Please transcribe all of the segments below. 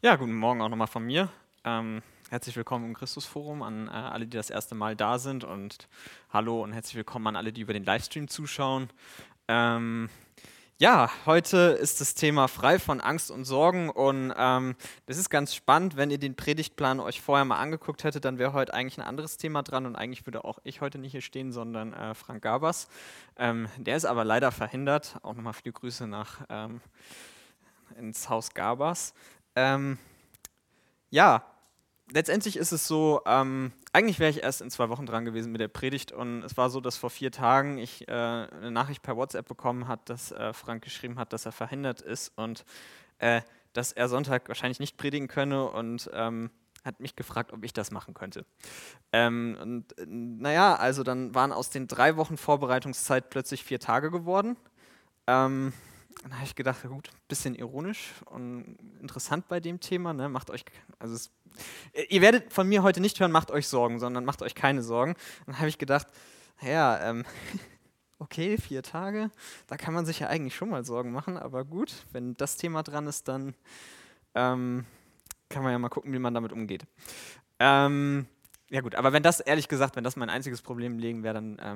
Ja, guten Morgen auch nochmal von mir. Herzlich willkommen im Christusforum an alle, die das erste Mal da sind und hallo und herzlich willkommen an alle, die über den Livestream zuschauen. Ähm, ja, heute ist das Thema frei von Angst und Sorgen und das ist ganz spannend. Wenn ihr den Predigtplan euch vorher mal angeguckt hättet, dann wäre heute eigentlich ein anderes Thema dran und eigentlich würde auch ich heute nicht hier stehen, sondern Frank Gabers. Der ist aber leider verhindert. Auch nochmal viele Grüße ins Haus Gabers. Ähm, ja, letztendlich ist es so, eigentlich wäre ich erst in 2 Wochen dran gewesen mit der Predigt und es war so, dass vor 4 Tagen ich eine Nachricht per WhatsApp bekommen hat, dass Frank geschrieben hat, dass er verhindert ist und äh, dass er Sonntag wahrscheinlich nicht predigen könne und hat mich gefragt, ob ich das machen könnte. Naja, also dann waren aus den 3 Wochen Vorbereitungszeit plötzlich 4 Tage geworden. Dann habe ich gedacht, ja gut, bisschen ironisch und interessant bei dem Thema. Ne? Ihr werdet von mir heute nicht hören, macht euch Sorgen, sondern macht euch keine Sorgen. Dann habe ich gedacht, ja, okay, 4 Tage, da kann man sich ja eigentlich schon mal Sorgen machen, aber gut, wenn das Thema dran ist, dann kann man ja mal gucken, wie man damit umgeht. Ja gut, aber wenn das, ehrlich gesagt, wenn das mein einziges Problem im Leben wäre,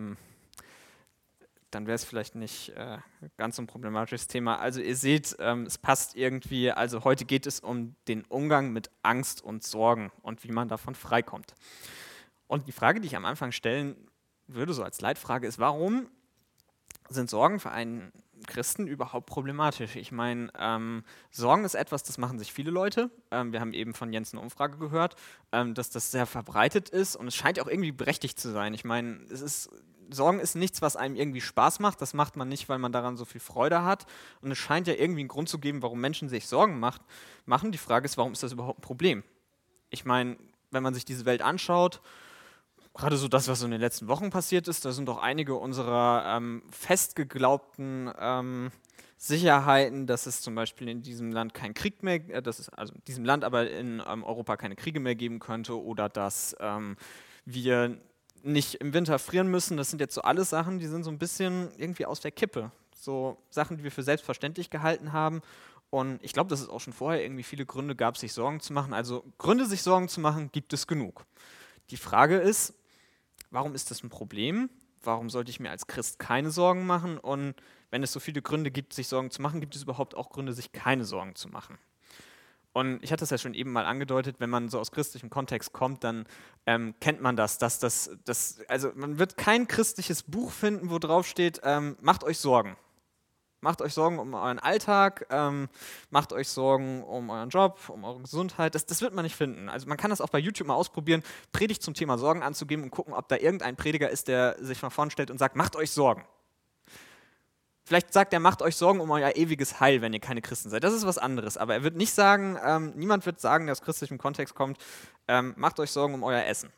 dann wäre es vielleicht nicht ganz so ein problematisches Thema. Also ihr seht, es passt irgendwie. Also heute geht es um den Umgang mit Angst und Sorgen und wie man davon freikommt. Und die Frage, die ich am Anfang stellen würde, so als Leitfrage, ist, warum sind Sorgen für einen Christen überhaupt problematisch? Ich meine, Sorgen ist etwas, das machen sich viele Leute. Wir haben eben von Jens eine Umfrage gehört, dass das sehr verbreitet ist und es scheint auch irgendwie berechtigt zu sein. Ich meine, Sorgen ist nichts, was einem irgendwie Spaß macht. Das macht man nicht, weil man daran so viel Freude hat. Und es scheint ja irgendwie einen Grund zu geben, warum Menschen sich Sorgen machen. Die Frage ist, warum ist das überhaupt ein Problem? Ich meine, wenn man sich diese Welt anschaut, gerade so das, was so in den letzten Wochen passiert ist, da sind doch einige unserer fest geglaubten Sicherheiten, dass es zum Beispiel in diesem Land keinen Krieg mehr, dass es also in diesem Land, aber in Europa keine Kriege mehr geben könnte oder dass wir nicht im Winter frieren müssen. Das sind jetzt so alles Sachen, die sind so ein bisschen irgendwie aus der Kippe. So Sachen, die wir für selbstverständlich gehalten haben. Und ich glaube, dass es auch schon vorher irgendwie viele Gründe gab, sich Sorgen zu machen. Also Gründe, sich Sorgen zu machen, gibt es genug. Die Frage ist, warum ist das ein Problem? Warum sollte ich mir als Christ keine Sorgen machen? Und wenn es so viele Gründe gibt, sich Sorgen zu machen, gibt es überhaupt auch Gründe, sich keine Sorgen zu machen? Und ich hatte es ja schon eben mal angedeutet, wenn man so aus christlichem Kontext kommt, dann kennt man also man wird kein christliches Buch finden, wo drauf steht, macht euch Sorgen. Macht euch Sorgen um euren Alltag, macht euch Sorgen um euren Job, um eure Gesundheit. Das wird man nicht finden. Also man kann das auch bei YouTube mal ausprobieren, Predigt zum Thema Sorgen anzugeben und gucken, ob da irgendein Prediger ist, der sich mal vorne stellt und sagt, macht euch Sorgen. Vielleicht sagt er, macht euch Sorgen um euer ewiges Heil, wenn ihr keine Christen seid. Das ist was anderes. Aber er wird nicht sagen, niemand wird sagen, der aus christlichem Kontext kommt, macht euch Sorgen um euer Essen.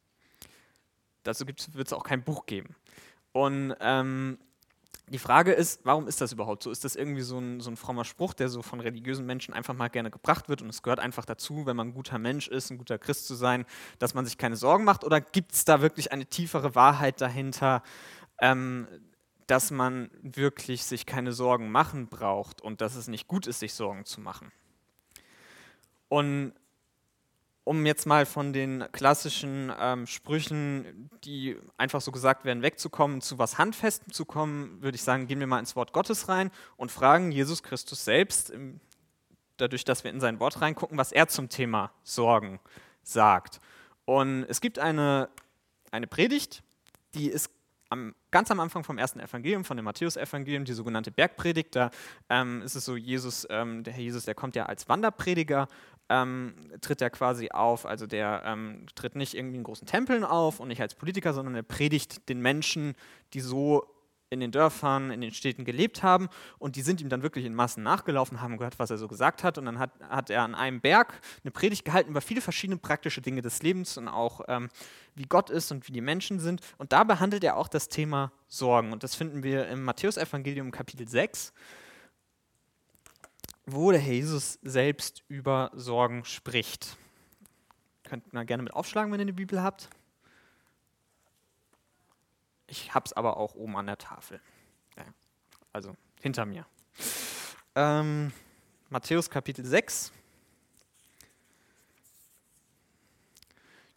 Dazu wird es auch kein Buch geben. Und die Frage ist, warum ist das überhaupt so? Ist das irgendwie so ein frommer Spruch, der so von religiösen Menschen einfach mal gerne gebracht wird und es gehört einfach dazu, wenn man ein guter Mensch ist, ein guter Christ zu sein, dass man sich keine Sorgen macht? Oder gibt es da wirklich eine tiefere Wahrheit dahinter, dass man wirklich sich keine Sorgen machen braucht und dass es nicht gut ist, sich Sorgen zu machen? Und um jetzt mal von den klassischen Sprüchen, die einfach so gesagt werden, wegzukommen, zu was Handfestem zu kommen, würde ich sagen, gehen wir mal ins Wort Gottes rein und fragen Jesus Christus selbst, dadurch, dass wir in sein Wort reingucken, was er zum Thema Sorgen sagt. Und es gibt eine Predigt, die ist ganz am Anfang vom ersten Evangelium, von dem Matthäus-Evangelium, die sogenannte Bergpredigt. Da ist es so, der Herr Jesus, der kommt ja als Wanderprediger, tritt er quasi auf, also der tritt nicht irgendwie in großen Tempeln auf und nicht als Politiker, sondern er predigt den Menschen, die so in den Dörfern, in den Städten gelebt haben und die sind ihm dann wirklich in Massen nachgelaufen, haben gehört, was er so gesagt hat und dann hat er an einem Berg eine Predigt gehalten über viele verschiedene praktische Dinge des Lebens und auch wie Gott ist und wie die Menschen sind und da behandelt er auch das Thema Sorgen und das finden wir im Matthäus-Evangelium Kapitel 6, wo der Herr Jesus selbst über Sorgen spricht. Könnt ihr mal gerne mit aufschlagen, wenn ihr eine Bibel habt. Ich habe es aber auch oben an der Tafel. Ja, also hinter mir. Matthäus Kapitel 6.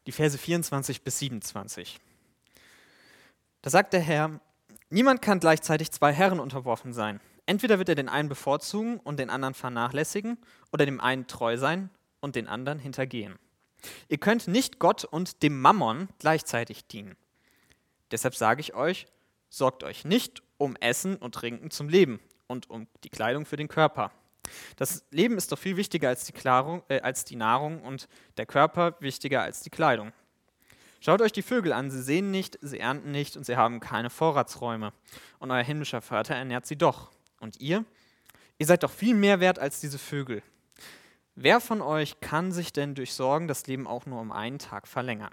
die Verse 24 bis 27. Da sagt der Herr: Niemand kann gleichzeitig 2 Herren unterworfen sein. Entweder wird er den einen bevorzugen und den anderen vernachlässigen oder dem einen treu sein und den anderen hintergehen. Ihr könnt nicht Gott und dem Mammon gleichzeitig dienen. Deshalb sage ich euch, sorgt euch nicht um Essen und Trinken zum Leben und um die Kleidung für den Körper. Das Leben ist doch viel wichtiger als die Nahrung und der Körper wichtiger als die Kleidung. Schaut euch die Vögel an, sie sehen nicht, sie ernten nicht und sie haben keine Vorratsräume. Und euer himmlischer Vater ernährt sie doch. Und ihr? Ihr seid doch viel mehr wert als diese Vögel. Wer von euch kann sich denn durch Sorgen das Leben auch nur um einen Tag verlängern?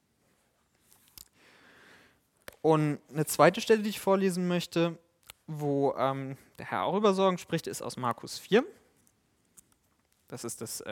Und eine zweite Stelle, die ich vorlesen möchte, wo der Herr auch über Sorgen spricht, ist aus Markus 4. Das ist das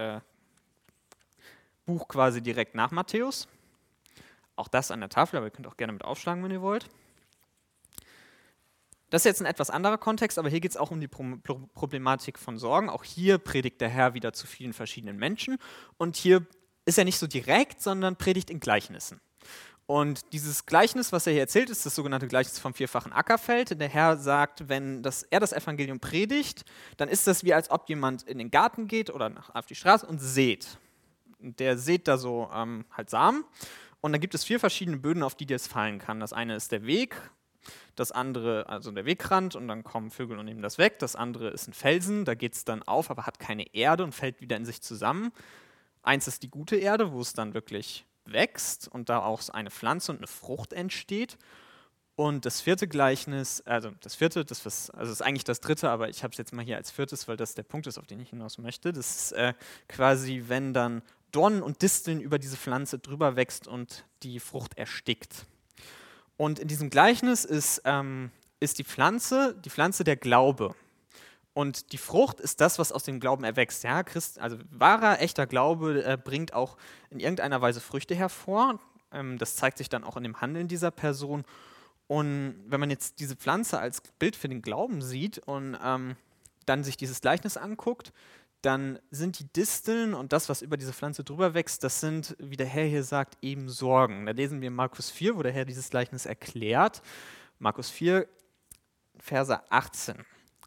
Buch quasi direkt nach Matthäus. Auch das an der Tafel, aber ihr könnt auch gerne mit aufschlagen, wenn ihr wollt. Das ist jetzt ein etwas anderer Kontext, aber hier geht es auch um die Problematik von Sorgen. Auch hier predigt der Herr wieder zu vielen verschiedenen Menschen. Und hier ist er nicht so direkt, sondern predigt in Gleichnissen. Und dieses Gleichnis, was er hier erzählt, ist das sogenannte Gleichnis vom vierfachen Ackerfeld. Der Herr sagt, wenn er das Evangelium predigt, dann ist das wie, als ob jemand in den Garten geht oder auf die Straße und sät. Und der sät da so halt Samen. Und dann gibt es 4 verschiedene Böden, auf die das fallen kann. Das eine ist der Weg, das andere, also der Wegrand, und dann kommen Vögel und nehmen das weg. Das andere ist ein Felsen, da geht es dann auf, aber hat keine Erde und fällt wieder in sich zusammen. Eins ist die gute Erde, wo es dann wirklich wächst und da auch eine Pflanze und eine Frucht entsteht. Und das 4. Gleichnis, also das 4., das ist eigentlich das 3., aber ich habe es jetzt mal hier als 4., weil das der Punkt ist, auf den ich hinaus möchte. Das ist quasi, wenn dann Dornen und Disteln über diese Pflanze drüber wächst und die Frucht erstickt. Und in diesem Gleichnis ist die Pflanze der Glaube. Und die Frucht ist das, was aus dem Glauben erwächst. Ja, also wahrer, echter Glaube bringt auch in irgendeiner Weise Früchte hervor. Das zeigt sich dann auch in dem Handeln dieser Person. Und wenn man jetzt diese Pflanze als Bild für den Glauben sieht und dann sich dieses Gleichnis anguckt, dann sind die Disteln und das, was über diese Pflanze drüber wächst, das sind, wie der Herr hier sagt, eben Sorgen. Da lesen wir in Markus 4, wo der Herr dieses Gleichnis erklärt. Markus 4, Verse 18.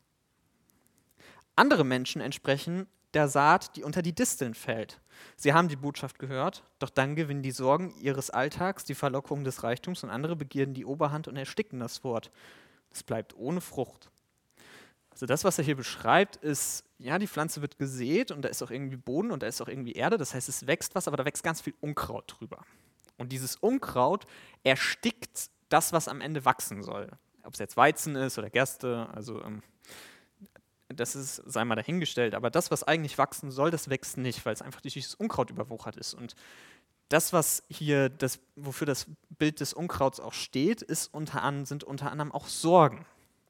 Andere Menschen entsprechen der Saat, die unter die Disteln fällt. Sie haben die Botschaft gehört, doch dann gewinnen die Sorgen ihres Alltags, die Verlockungen des Reichtums und andere Begierden die Oberhand und ersticken das Wort. Es bleibt ohne Frucht. Also das, was er hier beschreibt, ist, ja, die Pflanze wird gesät und da ist auch irgendwie Boden und da ist auch irgendwie Erde. Das heißt, es wächst was, aber da wächst ganz viel Unkraut drüber. Und dieses Unkraut erstickt das, was am Ende wachsen soll. Ob es jetzt Weizen ist oder Gerste, also sei mal dahingestellt. Aber das, was eigentlich wachsen soll, das wächst nicht, weil es einfach durch dieses Unkraut überwuchert ist. Und das, was hier, wofür das Bild des Unkrauts auch steht, sind unter anderem auch Sorgen.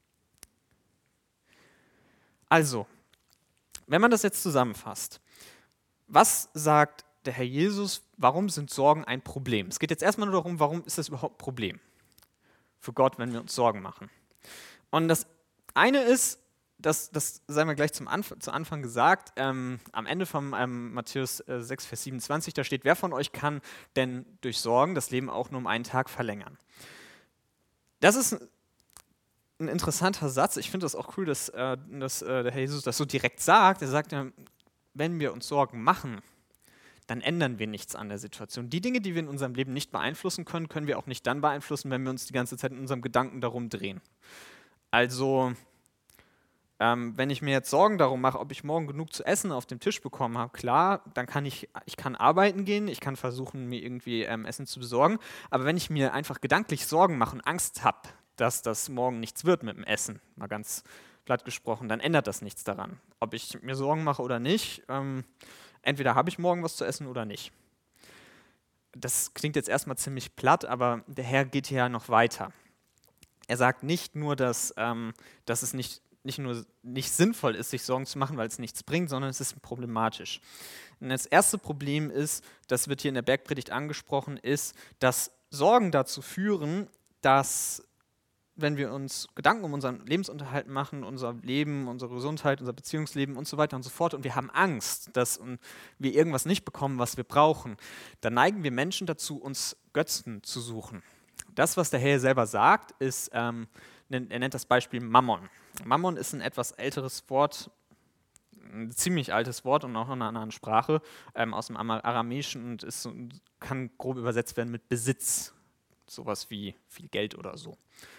Also, wenn man das jetzt zusammenfasst, was sagt der Herr Jesus, warum sind Sorgen ein Problem? Es geht jetzt erstmal nur darum, warum ist das überhaupt ein Problem für Gott, wenn wir uns Sorgen machen? Und das eine ist, das sei mal gleich zu Anfang gesagt, am Ende von Matthäus 6, Vers 27, da steht, wer von euch kann denn durch Sorgen das Leben auch nur um einen Tag verlängern? Das ist ein interessanter Satz. Ich finde das auch cool, dass der Herr Jesus das so direkt sagt. Er sagt ja, wenn wir uns Sorgen machen, dann ändern wir nichts an der Situation. Die Dinge, die wir in unserem Leben nicht beeinflussen können, können wir auch nicht dann beeinflussen, wenn wir uns die ganze Zeit in unserem Gedanken darum drehen. Also, wenn ich mir jetzt Sorgen darum mache, ob ich morgen genug zu essen auf dem Tisch bekommen habe, klar, dann kann ich kann arbeiten gehen, ich kann versuchen, mir irgendwie Essen zu besorgen. Aber wenn ich mir einfach gedanklich Sorgen mache und Angst habe, dass das morgen nichts wird mit dem Essen, mal ganz platt gesprochen, dann ändert das nichts daran. Ob ich mir Sorgen mache oder nicht, entweder habe ich morgen was zu essen oder nicht. Das klingt jetzt erstmal ziemlich platt, aber der Herr geht hier ja noch weiter. Er sagt nicht nur, dass es nicht nur nicht sinnvoll ist, sich Sorgen zu machen, weil es nichts bringt, sondern es ist problematisch. Und das erste Problem ist, das wird hier in der Bergpredigt angesprochen, ist, dass Sorgen dazu führen, dass wenn wir uns Gedanken um unseren Lebensunterhalt machen, unser Leben, unsere Gesundheit, unser Beziehungsleben und so weiter und so fort, und wir haben Angst, dass wir irgendwas nicht bekommen, was wir brauchen, dann neigen wir Menschen dazu, uns Götzen zu suchen. Das, was der Herr selber sagt, ist, er nennt das Beispiel Mammon. Mammon ist ein etwas älteres Wort, ein ziemlich altes Wort und auch in einer anderen Sprache, aus dem Aramäischen, und kann grob übersetzt werden mit Besitz, sowas wie viel Geld oder so.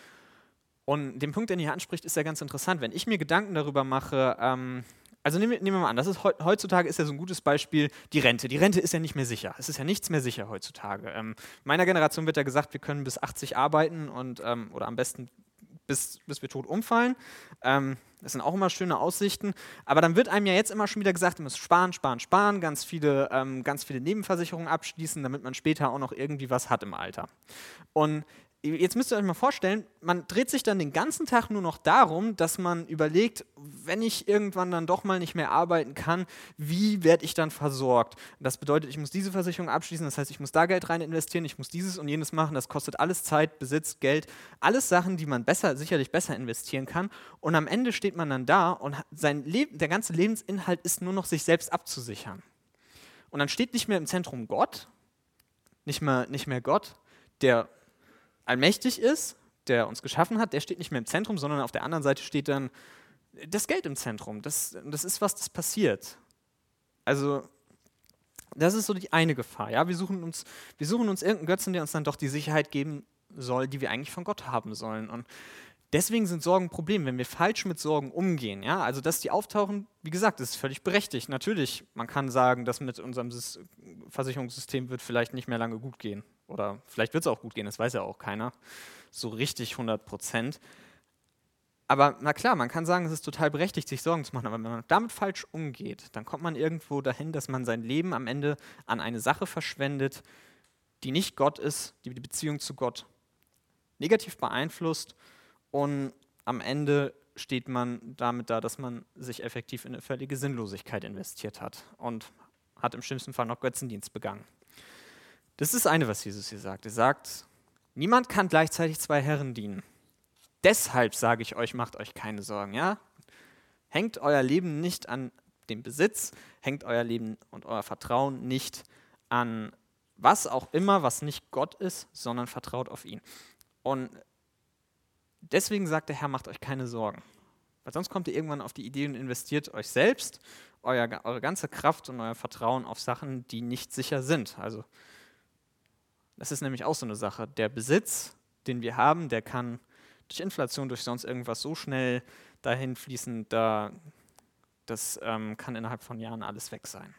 Und den Punkt, den ihr hier anspricht, ist ja ganz interessant. Wenn ich mir Gedanken darüber mache, also nehmen wir mal an, das ist heutzutage ist ja so ein gutes Beispiel die Rente. Die Rente ist ja nicht mehr sicher. Es ist ja nichts mehr sicher heutzutage. Meiner Generation wird ja gesagt, wir können bis 80 arbeiten und oder am besten bis wir tot umfallen. Das sind auch immer schöne Aussichten. Aber dann wird einem ja jetzt immer schon wieder gesagt, man muss sparen, sparen, sparen, ganz viele Nebenversicherungen abschließen, damit man später auch noch irgendwie was hat im Alter. Und jetzt müsst ihr euch mal vorstellen, man dreht sich dann den ganzen Tag nur noch darum, dass man überlegt, wenn ich irgendwann dann doch mal nicht mehr arbeiten kann, wie werde ich dann versorgt? Das bedeutet, ich muss diese Versicherung abschließen, das heißt, ich muss da Geld rein investieren, ich muss dieses und jenes machen, das kostet alles Zeit, Besitz, Geld, alles Sachen, die man sicherlich besser investieren kann. Und am Ende steht man dann da und der ganze Lebensinhalt ist nur noch, sich selbst abzusichern. Und dann steht nicht mehr im Zentrum Gott, nicht mehr Gott, der allmächtig ist, der uns geschaffen hat, der steht nicht mehr im Zentrum, sondern auf der anderen Seite steht dann das Geld im Zentrum. Das ist, was das passiert. Also, das ist so die eine Gefahr. Ja? Wir suchen uns irgendeinen Götzen, der uns dann doch die Sicherheit geben soll, die wir eigentlich von Gott haben sollen. Und deswegen sind Sorgen ein Problem, wenn wir falsch mit Sorgen umgehen. Ja? Also, dass die auftauchen, wie gesagt, das ist völlig berechtigt. Natürlich, man kann sagen, dass mit unserem Versicherungssystem wird vielleicht nicht mehr lange gut gehen. Oder vielleicht wird es auch gut gehen, das weiß ja auch keiner. So richtig 100%. Aber na klar, man kann sagen, es ist total berechtigt, sich Sorgen zu machen. Aber wenn man damit falsch umgeht, dann kommt man irgendwo dahin, dass man sein Leben am Ende an eine Sache verschwendet, die nicht Gott ist, die Beziehung zu Gott negativ beeinflusst. Und am Ende steht man damit da, dass man sich effektiv in eine völlige Sinnlosigkeit investiert hat und hat im schlimmsten Fall noch Götzendienst begangen. Das ist das eine, was Jesus hier sagt. Er sagt, niemand kann gleichzeitig zwei Herren dienen. Deshalb sage ich euch, macht euch keine Sorgen. Ja? Hängt euer Leben nicht an dem Besitz, hängt euer Leben und euer Vertrauen nicht an was auch immer, was nicht Gott ist, sondern vertraut auf ihn. Und deswegen sagt der Herr, macht euch keine Sorgen. Weil sonst kommt ihr irgendwann auf die Idee und investiert euch selbst, eure ganze Kraft und euer Vertrauen auf Sachen, die nicht sicher sind. Also das ist nämlich auch so eine Sache. Der Besitz, den wir haben, der kann durch Inflation, durch sonst irgendwas so schnell dahin fließen, das kann innerhalb von Jahren alles weg sein.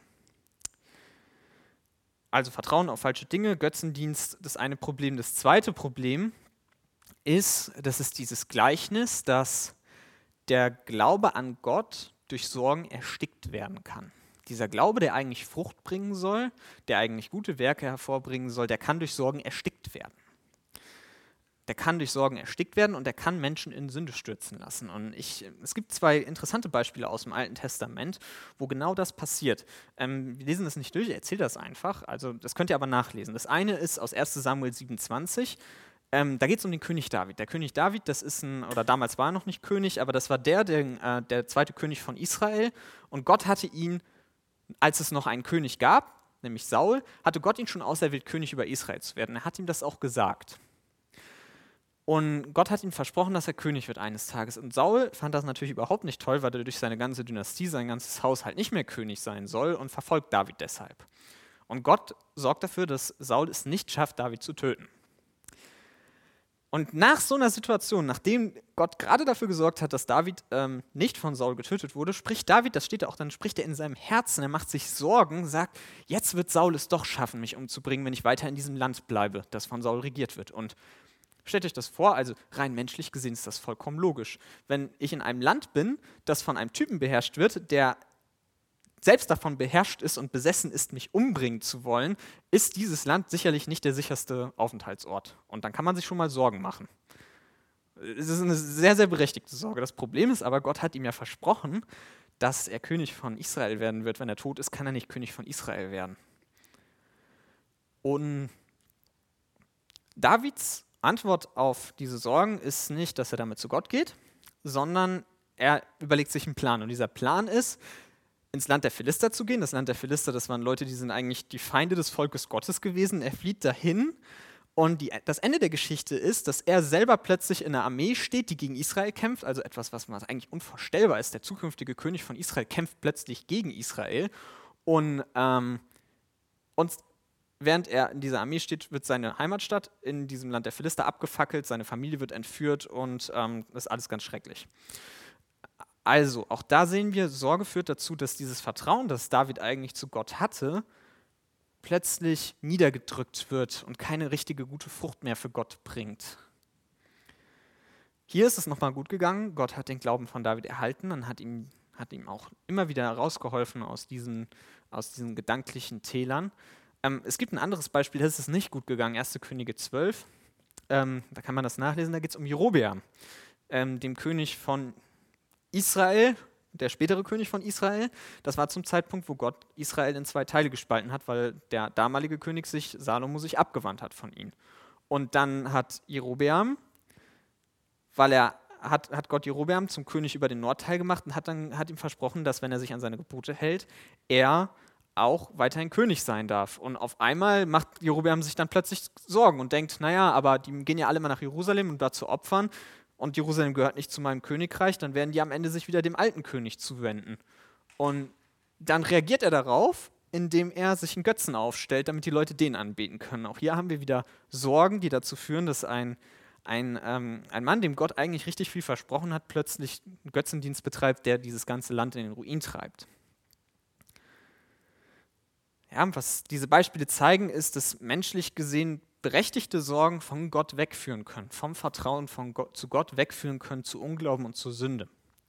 Also Vertrauen auf falsche Dinge, Götzendienst, das eine Problem. Das zweite Problem ist, das ist dieses Gleichnis, dass der Glaube an Gott durch Sorgen erstickt werden kann. Dieser Glaube, der eigentlich Frucht bringen soll, der eigentlich gute Werke hervorbringen soll, der kann durch Sorgen erstickt werden. Der kann durch Sorgen erstickt werden und der kann Menschen in Sünde stürzen lassen. Und es gibt zwei interessante Beispiele aus dem Alten Testament, wo genau das passiert. Wir lesen das nicht durch, ich erzähle das einfach. Also das könnt ihr aber nachlesen. Das eine ist aus 1. Samuel 27. Da geht es um den König David. Der König David, das ist oder damals war er noch nicht König, aber das war der zweite König von Israel. Und Gott hatte ihn, als es noch einen König gab, nämlich Saul, hatte Gott ihn schon auserwählt, König über Israel zu werden. Er hat ihm das auch gesagt. Und Gott hat ihm versprochen, dass er König wird eines Tages. Und Saul fand das natürlich überhaupt nicht toll, weil er durch seine ganze Dynastie, sein ganzes Haus halt nicht mehr König sein soll und verfolgt David deshalb. Und Gott sorgt dafür, dass Saul es nicht schafft, David zu töten. Und nach so einer Situation, nachdem Gott gerade dafür gesorgt hat, dass David nicht von Saul getötet wurde, spricht David, das steht da auch, dann spricht er in seinem Herzen, er macht sich Sorgen, sagt, jetzt wird Saul es doch schaffen, mich umzubringen, wenn ich weiter in diesem Land bleibe, das von Saul regiert wird. Und stellt euch das vor, also rein menschlich gesehen ist das vollkommen logisch. Wenn ich in einem Land bin, das von einem Typen beherrscht wird, der selbst davon beherrscht ist und besessen ist, mich umbringen zu wollen, ist dieses Land sicherlich nicht der sicherste Aufenthaltsort. Und dann kann man sich schon mal Sorgen machen. Es ist eine sehr, sehr berechtigte Sorge. Das Problem ist aber, Gott hat ihm ja versprochen, dass er König von Israel werden wird. Wenn er tot ist, kann er nicht König von Israel werden. Und Davids Antwort auf diese Sorgen ist nicht, dass er damit zu Gott geht, sondern er überlegt sich einen Plan. Und dieser Plan ist, ins Land der Philister zu gehen. Das Land der Philister, das waren Leute, die sind eigentlich die Feinde des Volkes Gottes gewesen. Er flieht dahin und das Ende der Geschichte ist, dass er selber plötzlich in einer Armee steht, die gegen Israel kämpft. Also etwas, was eigentlich unvorstellbar ist. Der zukünftige König von Israel kämpft plötzlich gegen Israel. Und während er in dieser Armee steht, wird seine Heimatstadt in diesem Land der Philister abgefackelt, seine Familie wird entführt und das ist alles ganz schrecklich. Also, auch da sehen wir, Sorge führt dazu, dass dieses Vertrauen, das David eigentlich zu Gott hatte, plötzlich niedergedrückt wird und keine richtige gute Frucht mehr für Gott bringt. Hier ist es nochmal gut gegangen. Gott hat den Glauben von David erhalten und hat ihm auch immer wieder herausgeholfen aus diesen gedanklichen Tälern. Es gibt ein anderes Beispiel, da ist es nicht gut gegangen, 1. Könige 12. Da kann man das nachlesen, da geht es um Jerobeam, dem König von Israel, der spätere König von Israel. Das war zum Zeitpunkt, wo Gott Israel in 2 Teile gespalten hat, weil der damalige König Salomo sich abgewandt hat von ihm. Und dann hat Jerobeam, hat Gott Jerobeam zum König über den Nordteil gemacht und hat ihm versprochen, dass, wenn er sich an seine Gebote hält, er auch weiterhin König sein darf. Und auf einmal macht Jerobeam sich dann plötzlich Sorgen und denkt, naja, aber die gehen ja alle mal nach Jerusalem, um da zu opfern, und Jerusalem gehört nicht zu meinem Königreich, dann werden die am Ende sich wieder dem alten König zuwenden. Und dann reagiert er darauf, indem er sich einen Götzen aufstellt, damit die Leute den anbeten können. Auch hier haben wir wieder Sorgen, die dazu führen, dass ein Mann, dem Gott eigentlich richtig viel versprochen hat, plötzlich einen Götzendienst betreibt, der dieses ganze Land in den Ruin treibt. Ja, was diese Beispiele zeigen, ist, dass menschlich gesehen berechtigte Sorgen von Gott wegführen können, vom Vertrauen von Gott, zu Gott wegführen können, zu Unglauben und zur Sünde.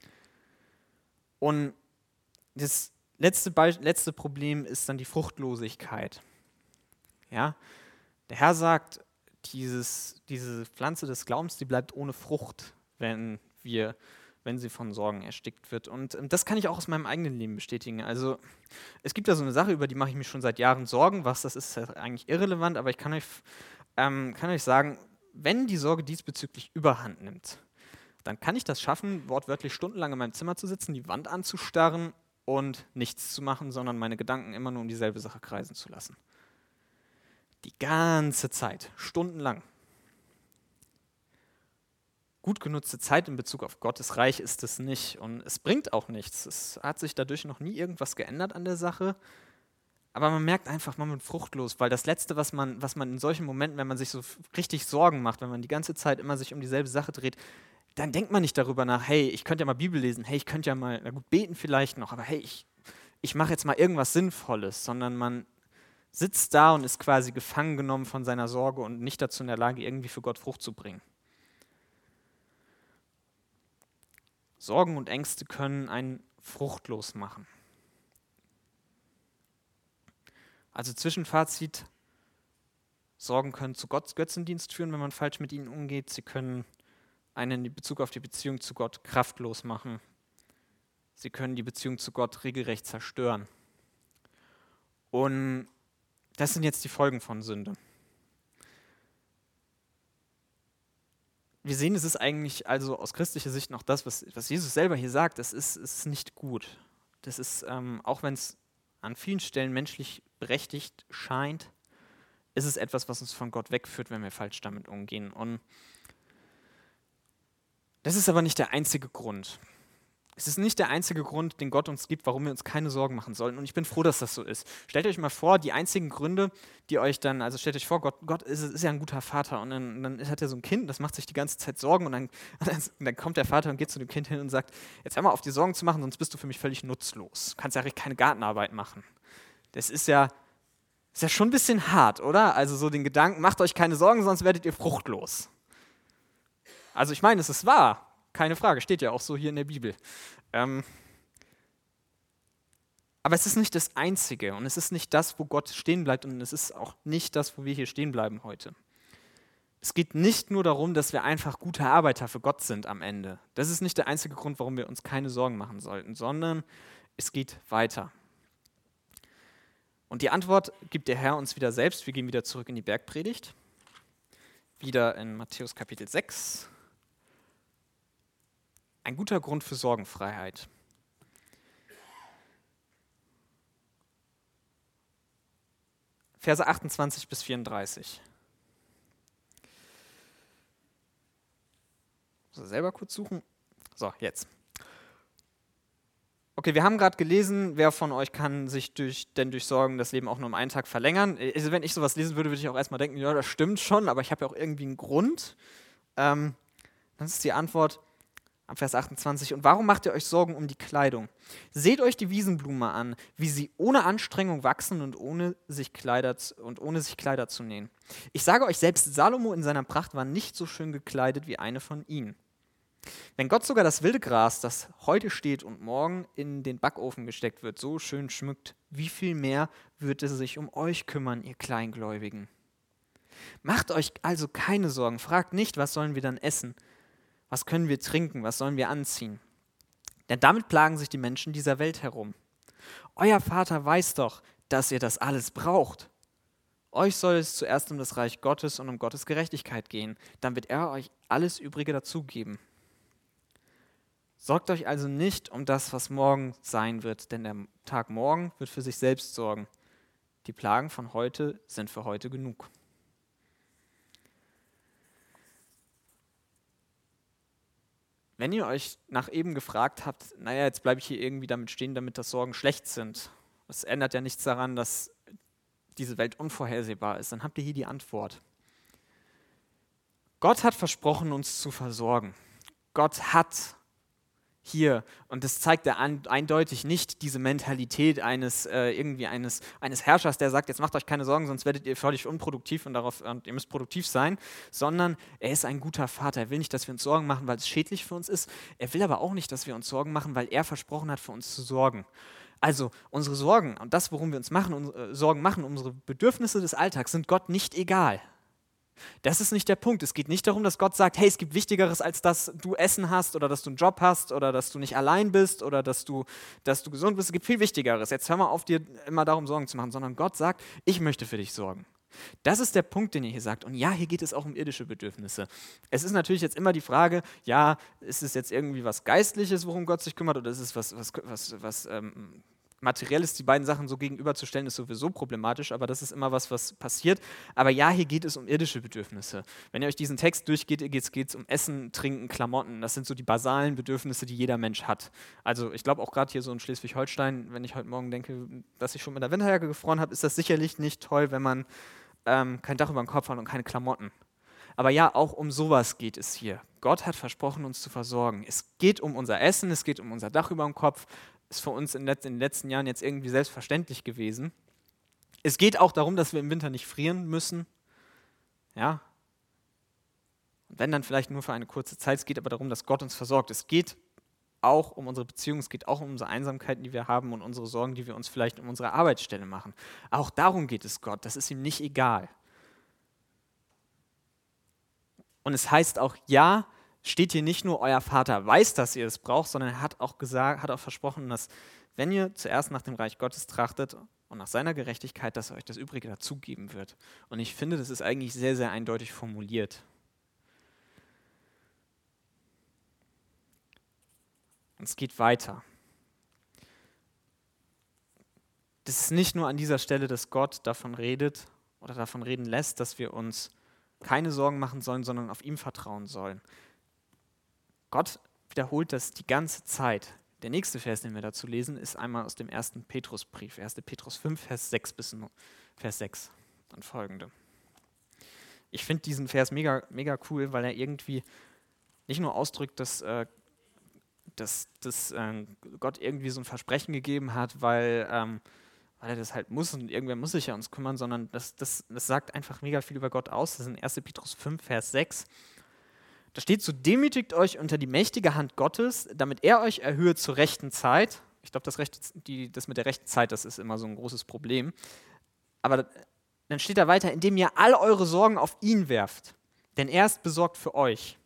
Und das letzte Problem ist dann die Fruchtlosigkeit. Ja? Der Herr sagt, diese Pflanze des Glaubens, die bleibt ohne Frucht, wenn sie von Sorgen erstickt wird. Und das kann ich auch aus meinem eigenen Leben bestätigen. Also es gibt da so eine Sache, über die mache ich mir schon seit Jahren Sorgen. Was das ist eigentlich irrelevant, aber ich kann euch sagen, wenn die Sorge diesbezüglich Überhand nimmt, dann kann ich das schaffen, wortwörtlich stundenlang in meinem Zimmer zu sitzen, die Wand anzustarren und nichts zu machen, sondern meine Gedanken immer nur um dieselbe Sache kreisen zu lassen. Die ganze Zeit, stundenlang. Gut genutzte Zeit in Bezug auf Gottes Reich ist es nicht und es bringt auch nichts. Es hat sich dadurch noch nie irgendwas geändert an der Sache, aber man merkt einfach, man wird fruchtlos, weil das Letzte, was man in solchen Momenten, wenn man sich so richtig Sorgen macht, wenn man die ganze Zeit immer sich um dieselbe Sache dreht, dann denkt man nicht darüber nach, hey, ich könnte ja mal Bibel lesen, hey, ich könnte ja mal, na gut, beten vielleicht noch, aber hey, ich mache jetzt mal irgendwas Sinnvolles, sondern man sitzt da und ist quasi gefangen genommen von seiner Sorge und nicht dazu in der Lage, irgendwie für Gott Frucht zu bringen. Sorgen und Ängste können einen fruchtlos machen. Also Zwischenfazit, Sorgen können zu Götzendienst führen, wenn man falsch mit ihnen umgeht. Sie können einen in Bezug auf die Beziehung zu Gott kraftlos machen. Sie können die Beziehung zu Gott regelrecht zerstören. Und das sind jetzt die Folgen von Sünde. Wir sehen, es ist eigentlich also aus christlicher Sicht noch das, was Jesus selber hier sagt, es ist nicht gut. Das ist, auch wenn es an vielen Stellen menschlich berechtigt scheint, ist es etwas, was uns von Gott wegführt, wenn wir falsch damit umgehen. Und das ist aber nicht der einzige Grund. Es ist nicht der einzige Grund, den Gott uns gibt, warum wir uns keine Sorgen machen sollten. Und ich bin froh, dass das so ist. Stellt euch mal vor, die einzigen Gründe, die euch dann, also stellt euch vor, Gott ist ja ein guter Vater und dann hat er so ein Kind, das macht sich die ganze Zeit Sorgen und dann kommt der Vater und geht zu dem Kind hin und sagt, jetzt hör mal auf, die Sorgen zu machen, sonst bist du für mich völlig nutzlos. Du kannst ja keine Gartenarbeit machen. Das ist ja schon ein bisschen hart, oder? Also so den Gedanken, macht euch keine Sorgen, sonst werdet ihr fruchtlos. Also ich meine, es ist wahr. Keine Frage, steht ja auch so hier in der Bibel. Aber es ist nicht das Einzige und es ist nicht das, wo Gott stehen bleibt und es ist auch nicht das, wo wir hier stehen bleiben heute. Es geht nicht nur darum, dass wir einfach gute Arbeiter für Gott sind am Ende. Das ist nicht der einzige Grund, warum wir uns keine Sorgen machen sollten, sondern es geht weiter. Und die Antwort gibt der Herr uns wieder selbst. Wir gehen wieder zurück in die Bergpredigt. wieder in Matthäus Kapitel 6. Ein guter Grund für Sorgenfreiheit. Verse 28 bis 34. Muss selber kurz suchen. So, jetzt. Okay, wir haben gerade gelesen, wer von euch kann sich durch Sorgen das Leben auch nur um einen Tag verlängern? Also wenn ich sowas lesen würde, würde ich auch erstmal denken, ja, das stimmt schon, aber ich habe ja auch irgendwie einen Grund. Dann ist die Antwort ab Vers 28. Und warum macht ihr euch Sorgen um die Kleidung? Seht euch die Wiesenblume an, wie sie ohne Anstrengung wachsen und ohne sich Kleider zu nähen. Ich sage euch, selbst Salomo in seiner Pracht war nicht so schön gekleidet wie eine von ihnen. Wenn Gott sogar das wilde Gras, das heute steht und morgen in den Backofen gesteckt wird, so schön schmückt, wie viel mehr wird er sich um euch kümmern, ihr Kleingläubigen? Macht euch also keine Sorgen, fragt nicht, was sollen wir dann essen? Was können wir trinken? Was sollen wir anziehen? Denn damit plagen sich die Menschen dieser Welt herum. Euer Vater weiß doch, dass ihr das alles braucht. Euch soll es zuerst um das Reich Gottes und um Gottes Gerechtigkeit gehen. Dann wird er euch alles Übrige dazugeben. Sorgt euch also nicht um das, was morgen sein wird, denn der Tag morgen wird für sich selbst sorgen. Die Plagen von heute sind für heute genug. Wenn ihr euch nach eben gefragt habt, naja, jetzt bleibe ich hier irgendwie damit stehen, damit das Sorgen schlecht sind. Das ändert ja nichts daran, dass diese Welt unvorhersehbar ist. Dann habt ihr hier die Antwort. Gott hat versprochen, uns zu versorgen. Gott hat hier, und das zeigt er eindeutig nicht diese Mentalität eines Herrschers, der sagt, jetzt macht euch keine Sorgen, sonst werdet ihr völlig unproduktiv und ihr müsst produktiv sein, sondern er ist ein guter Vater. Er will nicht, dass wir uns Sorgen machen, weil es schädlich für uns ist. Er will aber auch nicht, dass wir uns Sorgen machen, weil er versprochen hat, für uns zu sorgen. Also unsere Sorgen und das, worum wir uns Sorgen machen, unsere Bedürfnisse des Alltags sind Gott nicht egal. Das ist nicht der Punkt. Es geht nicht darum, dass Gott sagt, hey, es gibt Wichtigeres, als dass du Essen hast oder dass du einen Job hast oder dass du nicht allein bist oder dass du gesund bist. Es gibt viel Wichtigeres. Jetzt hör mal auf, dir immer darum Sorgen zu machen, sondern Gott sagt, ich möchte für dich sorgen. Das ist der Punkt, den ihr hier sagt. Und ja, hier geht es auch um irdische Bedürfnisse. Es ist natürlich jetzt immer die Frage, ja, ist es jetzt irgendwie was Geistliches, worum Gott sich kümmert, oder ist es was Materielles, die beiden Sachen so gegenüberzustellen, ist sowieso problematisch, aber das ist immer was passiert. Aber ja, hier geht es um irdische Bedürfnisse. Wenn ihr euch diesen Text durchgeht, geht es um Essen, Trinken, Klamotten. Das sind so die basalen Bedürfnisse, die jeder Mensch hat. Also ich glaube auch gerade hier so in Schleswig-Holstein, wenn ich heute Morgen denke, dass ich schon mit der Winterjacke gefroren habe, ist das sicherlich nicht toll, wenn man kein Dach über dem Kopf hat und keine Klamotten. Aber ja, auch um sowas geht es hier. Gott hat versprochen, uns zu versorgen. Es geht um unser Essen, es geht um unser Dach über dem Kopf. Ist für uns in den letzten Jahren jetzt irgendwie selbstverständlich gewesen. Es geht auch darum, dass wir im Winter nicht frieren müssen. Ja. Und wenn, dann vielleicht nur für eine kurze Zeit. Es geht aber darum, dass Gott uns versorgt. Es geht auch um unsere Beziehung, es geht auch um unsere Einsamkeiten, die wir haben und unsere Sorgen, die wir uns vielleicht um unsere Arbeitsstelle machen. Auch darum geht es Gott. Das ist ihm nicht egal. Und es heißt auch, ja, steht hier nicht nur, euer Vater weiß, dass ihr es braucht, sondern er hat auch versprochen, dass wenn ihr zuerst nach dem Reich Gottes trachtet und nach seiner Gerechtigkeit, dass er euch das Übrige dazugeben wird. Und ich finde, das ist eigentlich sehr, sehr eindeutig formuliert. Und es geht weiter. Das ist nicht nur an dieser Stelle, dass Gott davon redet oder davon reden lässt, dass wir uns keine Sorgen machen sollen, sondern auf ihm vertrauen sollen. Gott wiederholt das die ganze Zeit. Der nächste Vers, den wir dazu lesen, ist einmal aus dem 1. Petrusbrief, 1. Petrus 5, Vers 6 bis Vers 6 und folgende. Ich finde diesen Vers mega, mega cool, weil er irgendwie nicht nur ausdrückt, dass Gott irgendwie so ein Versprechen gegeben hat, weil er das halt muss und irgendwer muss sich ja uns kümmern, sondern das sagt einfach mega viel über Gott aus. Das ist in 1. Petrus 5, Vers 6. Da steht so, demütigt euch unter die mächtige Hand Gottes, damit er euch erhöhe zur rechten Zeit. Ich glaube, das mit der rechten Zeit, das ist immer so ein großes Problem. Aber dann steht da weiter, indem ihr all eure Sorgen auf ihn werft, denn er ist besorgt für euch.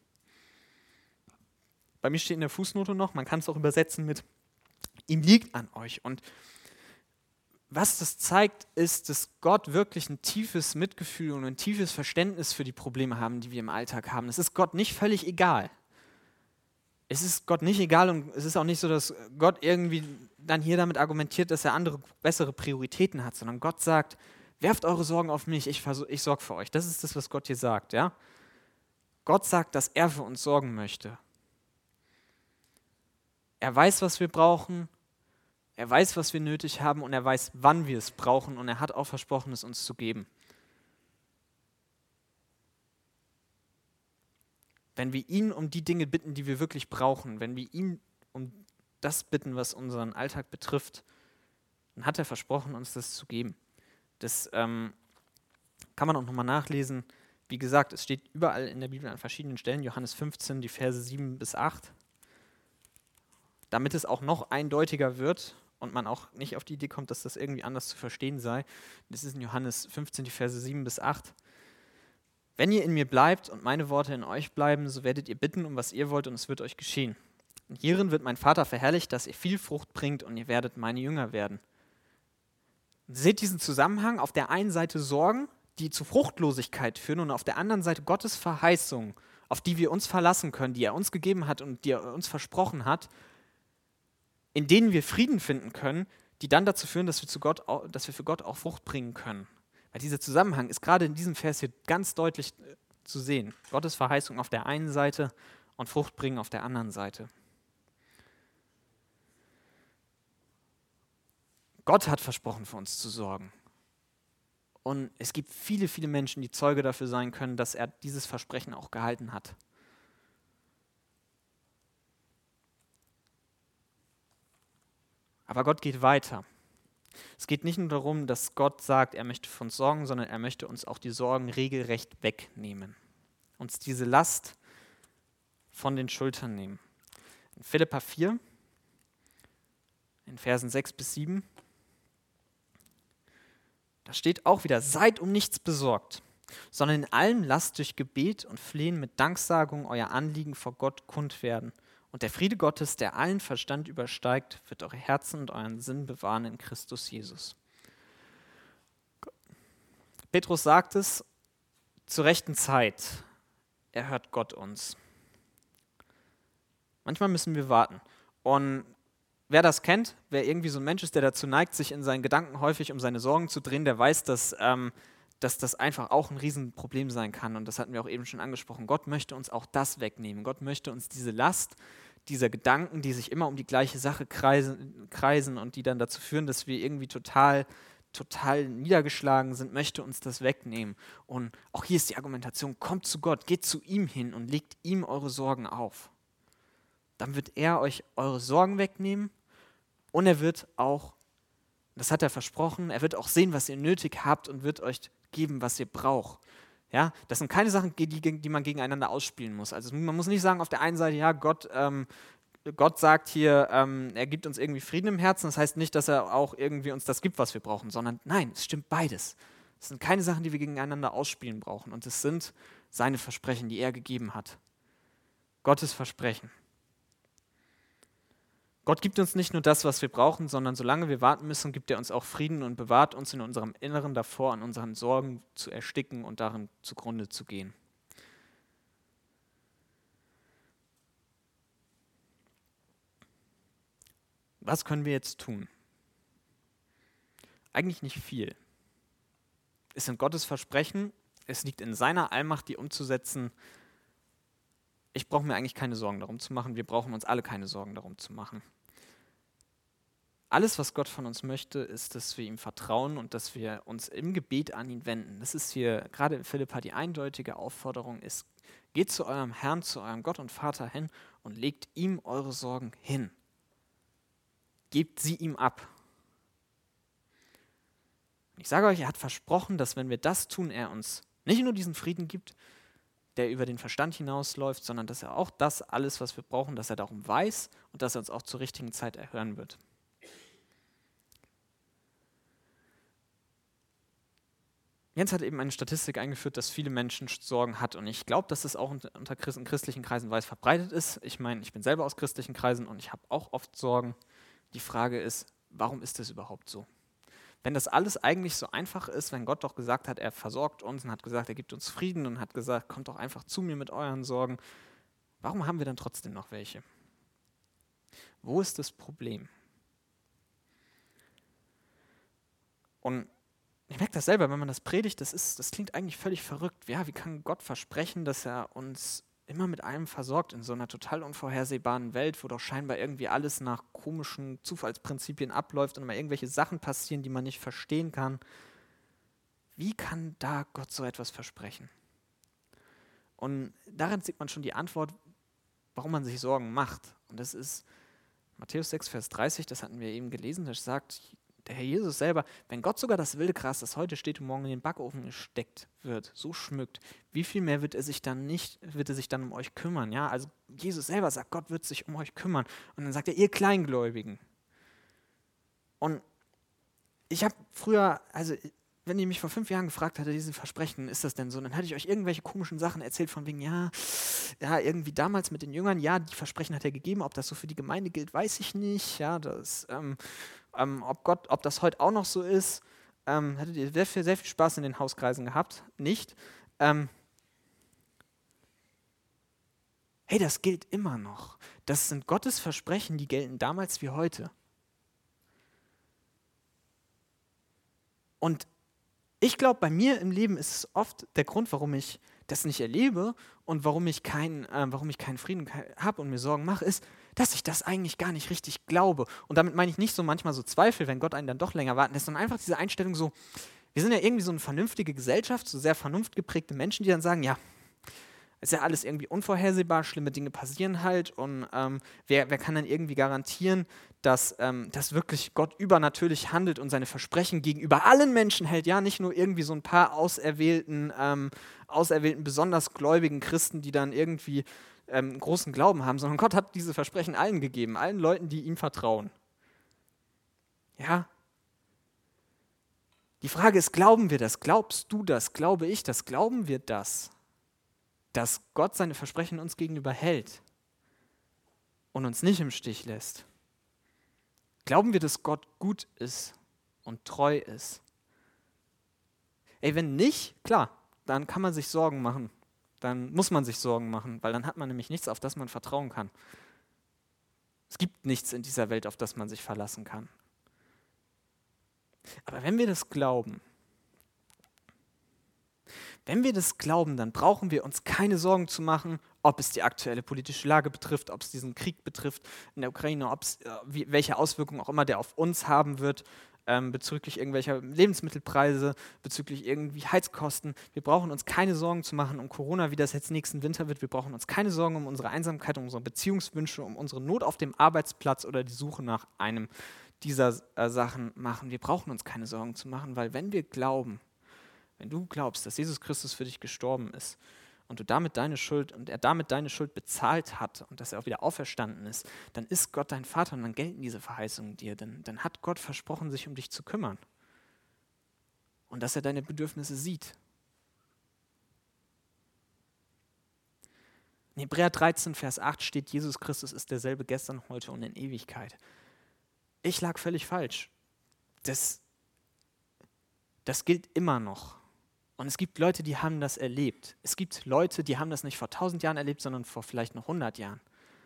Bei mir steht in der Fußnote noch, man kann es auch übersetzen mit, ihm liegt an euch. Und was das zeigt, ist, dass Gott wirklich ein tiefes Mitgefühl und ein tiefes Verständnis für die Probleme haben, die wir im Alltag haben. Es ist Gott nicht völlig egal. Es ist Gott nicht egal und es ist auch nicht so, dass Gott irgendwie dann hier damit argumentiert, dass er andere, bessere Prioritäten hat, sondern Gott sagt, werft eure Sorgen auf mich, ich sorge für euch. Das ist das, was Gott hier sagt. Ja? Gott sagt, dass er für uns sorgen möchte. Er weiß, was wir brauchen. Er weiß, was wir nötig haben und er weiß, wann wir es brauchen und er hat auch versprochen, es uns zu geben. Wenn wir ihn um die Dinge bitten, die wir wirklich brauchen, wenn wir ihn um das bitten, was unseren Alltag betrifft, dann hat er versprochen, uns das zu geben. Das kann man auch nochmal nachlesen. Wie gesagt, es steht überall in der Bibel an verschiedenen Stellen, Johannes 15, die Verse 7 bis 8. Damit es auch noch eindeutiger wird und man auch nicht auf die Idee kommt, dass das irgendwie anders zu verstehen sei. Das ist in Johannes 15, die Verse 7 bis 8. Wenn ihr in mir bleibt und meine Worte in euch bleiben, so werdet ihr bitten, um was ihr wollt, und es wird euch geschehen. Und hierin wird mein Vater verherrlicht, dass ihr viel Frucht bringt und ihr werdet meine Jünger werden. Seht diesen Zusammenhang? Auf der einen Seite Sorgen, die zu Fruchtlosigkeit führen, und auf der anderen Seite Gottes Verheißung, auf die wir uns verlassen können, die er uns gegeben hat und die er uns versprochen hat, in denen wir Frieden finden können, die dann dazu führen, dass wir für Gott auch Frucht bringen können. Weil dieser Zusammenhang ist gerade in diesem Vers hier ganz deutlich zu sehen. Gottes Verheißung auf der einen Seite und Frucht bringen auf der anderen Seite. Gott hat versprochen, für uns zu sorgen. Und es gibt viele, viele Menschen, die Zeuge dafür sein können, dass er dieses Versprechen auch gehalten hat. Aber Gott geht weiter. Es geht nicht nur darum, dass Gott sagt, er möchte für uns sorgen, sondern er möchte uns auch die Sorgen regelrecht wegnehmen. Uns diese Last von den Schultern nehmen. In Philipper 4, in Versen 6 bis 7, da steht auch wieder, seid um nichts besorgt, sondern in allem lasst durch Gebet und Flehen mit Danksagung euer Anliegen vor Gott kund werden. Und der Friede Gottes, der allen Verstand übersteigt, wird eure Herzen und euren Sinn bewahren in Christus Jesus. Petrus sagt es zur rechten Zeit. Er hört Gott uns. Manchmal müssen wir warten. Und wer das kennt, wer irgendwie so ein Mensch ist, der dazu neigt, sich in seinen Gedanken häufig um seine Sorgen zu drehen, der weiß, dass das einfach auch ein Riesenproblem sein kann. Und das hatten wir auch eben schon angesprochen. Gott möchte uns auch das wegnehmen. Gott möchte uns diese Last dieser Gedanken, die sich immer um die gleiche Sache kreisen und die dann dazu führen, dass wir irgendwie total niedergeschlagen sind, möchte uns das wegnehmen. Und auch hier ist die Argumentation, kommt zu Gott, geht zu ihm hin und legt ihm eure Sorgen auf. Dann wird er euch eure Sorgen wegnehmen und er wird auch, das hat er versprochen, er wird auch sehen, was ihr nötig habt und wird euch geben, was ihr braucht. Ja, das sind keine Sachen, die man gegeneinander ausspielen muss. Also man muss nicht sagen, auf der einen Seite, ja, Gott sagt hier, er gibt uns irgendwie Frieden im Herzen. Das heißt nicht, dass er auch irgendwie uns das gibt, was wir brauchen, sondern nein, es stimmt beides. Es sind keine Sachen, die wir gegeneinander ausspielen brauchen. Und es sind seine Versprechen, die er gegeben hat. Gottes Versprechen. Gott gibt uns nicht nur das, was wir brauchen, sondern solange wir warten müssen, gibt er uns auch Frieden und bewahrt uns in unserem Inneren davor, an unseren Sorgen zu ersticken und darin zugrunde zu gehen. Was können wir jetzt tun? Eigentlich nicht viel. Es sind Gottes Versprechen, es liegt in seiner Allmacht, die umzusetzen. Ich brauche mir eigentlich keine Sorgen darum zu machen, wir brauchen uns alle keine Sorgen darum zu machen. Alles, was Gott von uns möchte, ist, dass wir ihm vertrauen und dass wir uns im Gebet an ihn wenden. Das ist hier gerade in Philippa die eindeutige Aufforderung ist, geht zu eurem Herrn, zu eurem Gott und Vater hin und legt ihm eure Sorgen hin. Gebt sie ihm ab. Ich sage euch, er hat versprochen, dass wenn wir das tun, er uns nicht nur diesen Frieden gibt, der über den Verstand hinausläuft, sondern dass er auch das alles, was wir brauchen, dass er darum weiß und dass er uns auch zur richtigen Zeit erhören wird. Jens hat eben eine Statistik eingeführt, dass viele Menschen Sorgen hat und ich glaube, dass es auch unter christlichen Kreisen weit verbreitet ist. Ich meine, ich bin selber aus christlichen Kreisen und ich habe auch oft Sorgen. Die Frage ist, warum ist das überhaupt so? Wenn das alles eigentlich so einfach ist, wenn Gott doch gesagt hat, er versorgt uns und hat gesagt, er gibt uns Frieden und hat gesagt, kommt doch einfach zu mir mit euren Sorgen, warum haben wir dann trotzdem noch welche? Wo ist das Problem? Und ich merke das selber, wenn man das predigt, das klingt eigentlich völlig verrückt. Ja, wie kann Gott versprechen, dass er uns immer mit allem versorgt in so einer total unvorhersehbaren Welt, wo doch scheinbar irgendwie alles nach komischen Zufallsprinzipien abläuft und immer irgendwelche Sachen passieren, die man nicht verstehen kann. Wie kann da Gott so etwas versprechen? Und darin sieht man schon die Antwort, warum man sich Sorgen macht. Und das ist Matthäus 6, Vers 30, das hatten wir eben gelesen, da sagt der Herr Jesus selber, wenn Gott sogar das wilde Gras, das heute steht und morgen in den Backofen gesteckt wird, so schmückt, wie viel mehr wird er sich dann um euch kümmern? Ja, also Jesus selber sagt, Gott wird sich um euch kümmern. Und dann sagt er, ihr Kleingläubigen. Und ich habe früher, also wenn ihr mich vor 5 Jahren gefragt hättet, diese Versprechen, ist das denn so? Dann hätte ich euch irgendwelche komischen Sachen erzählt von wegen, ja, irgendwie damals mit den Jüngern, ja, die Versprechen hat er gegeben, ob das so für die Gemeinde gilt, weiß ich nicht. Ja, ob das heute auch noch so ist, hättet ihr sehr viel Spaß in den Hauskreisen gehabt, nicht? Hey, das gilt immer noch. Das sind Gottes Versprechen, die gelten damals wie heute. Und ich glaube, bei mir im Leben ist es oft der Grund, warum ich das nicht erlebe und warum ich keinen Frieden habe und mir Sorgen mache, ist, dass ich das eigentlich gar nicht richtig glaube. Und damit meine ich nicht so manchmal so Zweifel, wenn Gott einen dann doch länger warten lässt, sondern einfach diese Einstellung so, wir sind ja irgendwie so eine vernünftige Gesellschaft, so sehr vernunftgeprägte Menschen, die dann sagen, ja, ist ja alles irgendwie unvorhersehbar, schlimme Dinge passieren halt und wer kann dann irgendwie garantieren, dass wirklich Gott übernatürlich handelt und seine Versprechen gegenüber allen Menschen hält, ja, nicht nur irgendwie so ein paar auserwählten, besonders gläubigen Christen, die dann irgendwie großen Glauben haben, sondern Gott hat diese Versprechen allen gegeben, allen Leuten, die ihm vertrauen. Ja. Die Frage ist, glauben wir das? Glaubst du das? Glaube ich das? Glauben wir das? Dass Gott seine Versprechen uns gegenüber hält und uns nicht im Stich lässt? Glauben wir, dass Gott gut ist und treu ist? Wenn nicht, klar, dann kann man sich Sorgen machen. Dann muss man sich Sorgen machen, weil dann hat man nämlich nichts, auf das man vertrauen kann. Es gibt nichts in dieser Welt, auf das man sich verlassen kann. Aber wenn wir das glauben, dann brauchen wir uns keine Sorgen zu machen, ob es die aktuelle politische Lage betrifft, ob es diesen Krieg betrifft in der Ukraine, welche Auswirkungen auch immer der auf uns haben wird, bezüglich irgendwelcher Lebensmittelpreise, bezüglich irgendwie Heizkosten. Wir brauchen uns keine Sorgen zu machen um Corona, wie das jetzt nächsten Winter wird. Wir brauchen uns keine Sorgen um unsere Einsamkeit, um unsere Beziehungswünsche, um unsere Not auf dem Arbeitsplatz oder die Suche nach einem dieser Sachen machen. Wir brauchen uns keine Sorgen zu machen, weil wenn du glaubst, dass Jesus Christus für dich gestorben ist und er damit deine Schuld bezahlt hat und dass er auch wieder auferstanden ist, dann ist Gott dein Vater und dann gelten diese Verheißungen dir. Dann hat Gott versprochen, sich um dich zu kümmern und dass er deine Bedürfnisse sieht. In Hebräer 13, Vers 8 steht, Jesus Christus ist derselbe gestern, heute und in Ewigkeit. Ich lag völlig falsch. Das gilt immer noch. Und es gibt Leute, die haben das erlebt. Es gibt Leute, die haben das nicht vor 1000 Jahren erlebt, sondern vor vielleicht noch 100 Jahren.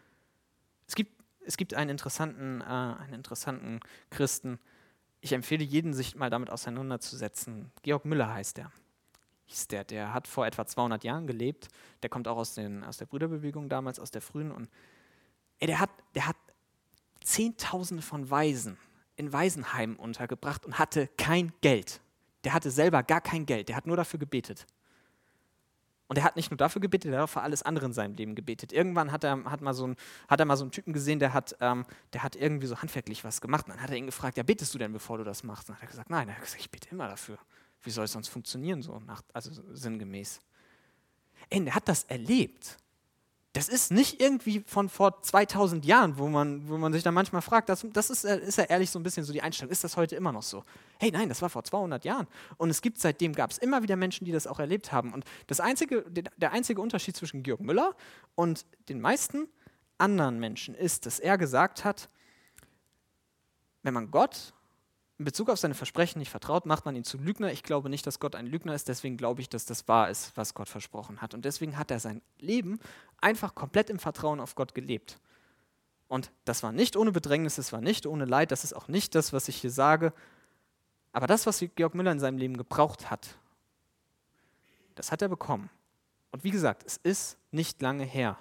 Es gibt einen interessanten Christen. Ich empfehle jeden, sich mal damit auseinanderzusetzen. Georg Müller hieß der. Der hat vor etwa 200 Jahren gelebt. Der kommt auch aus der Brüderbewegung damals, aus der frühen. Und der hat Zehntausende von Waisen in Waisenheimen untergebracht und hatte kein Geld. Der hatte selber gar kein Geld, der hat nur dafür gebetet. Und er hat nicht nur dafür gebetet, der hat auch für alles andere in seinem Leben gebetet. Irgendwann hat er mal so einen Typen gesehen, der hat irgendwie so handwerklich was gemacht. Und dann hat er ihn gefragt, ja, betest du denn, bevor du das machst? Und dann hat er gesagt, nein. Er hat gesagt, ich bete immer dafür. Wie soll es sonst funktionieren, also sinngemäß? Der hat das erlebt. Das ist nicht irgendwie von vor 2000 Jahren, wo man sich dann manchmal fragt, das ist ja ehrlich so ein bisschen so die Einstellung, ist das heute immer noch so? Hey, nein, das war vor 200 Jahren. Und seitdem gab es immer wieder Menschen, die das auch erlebt haben. Und der einzige Unterschied zwischen Georg Müller und den meisten anderen Menschen ist, dass er gesagt hat, wenn man Gott in Bezug auf seine Versprechen nicht vertraut, macht man ihn zu Lügner. Ich glaube nicht, dass Gott ein Lügner ist, deswegen glaube ich, dass das wahr ist, was Gott versprochen hat. Und deswegen hat er sein Leben einfach komplett im Vertrauen auf Gott gelebt. Und das war nicht ohne Bedrängnis, das war nicht ohne Leid, das ist auch nicht das, was ich hier sage. Aber das, was Georg Müller in seinem Leben gebraucht hat, das hat er bekommen. Und wie gesagt, es ist nicht lange her.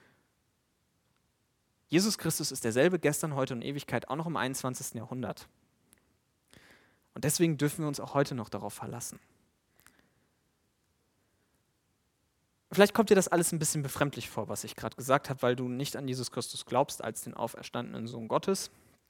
Jesus Christus ist derselbe gestern, heute und Ewigkeit, auch noch im 21. Jahrhundert. Und deswegen dürfen wir uns auch heute noch darauf verlassen. Vielleicht kommt dir das alles ein bisschen befremdlich vor, was ich gerade gesagt habe, weil du nicht an Jesus Christus glaubst als den auferstandenen Sohn Gottes.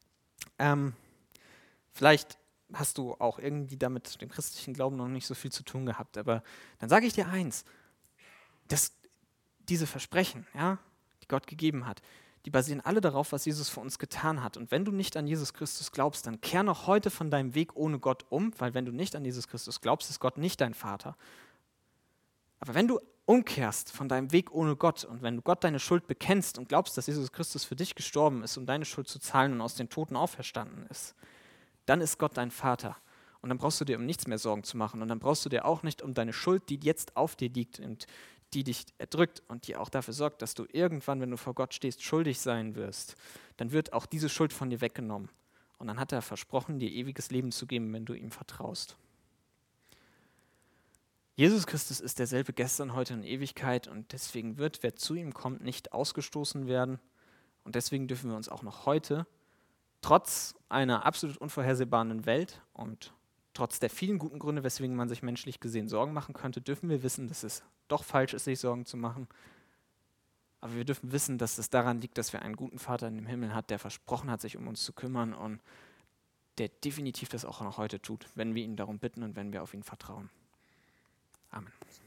Vielleicht hast du auch irgendwie damit, dem christlichen Glauben, noch nicht so viel zu tun gehabt. Aber dann sage ich dir eins, dass diese Versprechen, ja, die Gott gegeben hat, die basieren alle darauf, was Jesus für uns getan hat. Und wenn du nicht an Jesus Christus glaubst, dann kehr noch heute von deinem Weg ohne Gott um, weil wenn du nicht an Jesus Christus glaubst, ist Gott nicht dein Vater. Aber wenn du umkehrst von deinem Weg ohne Gott und wenn du Gott deine Schuld bekennst und glaubst, dass Jesus Christus für dich gestorben ist, um deine Schuld zu zahlen und aus den Toten auferstanden ist, dann ist Gott dein Vater. Und dann brauchst du dir um nichts mehr Sorgen zu machen. Und dann brauchst du dir auch nicht um deine Schuld, die jetzt auf dir liegt und die dich erdrückt und die auch dafür sorgt, dass du irgendwann, wenn du vor Gott stehst, schuldig sein wirst, dann wird auch diese Schuld von dir weggenommen. Und dann hat er versprochen, dir ewiges Leben zu geben, wenn du ihm vertraust. Jesus Christus ist derselbe gestern, heute und Ewigkeit und deswegen wird, wer zu ihm kommt, nicht ausgestoßen werden. Und deswegen dürfen wir uns auch noch heute, trotz einer absolut unvorhersehbaren Welt und trotz der vielen guten Gründe, weswegen man sich menschlich gesehen Sorgen machen könnte, dürfen wir wissen, dass es doch falsch ist, sich Sorgen zu machen. Aber wir dürfen wissen, dass es daran liegt, dass wir einen guten Vater in dem Himmel hat, der versprochen hat, sich um uns zu kümmern und der definitiv das auch noch heute tut, wenn wir ihn darum bitten und wenn wir auf ihn vertrauen. Amen.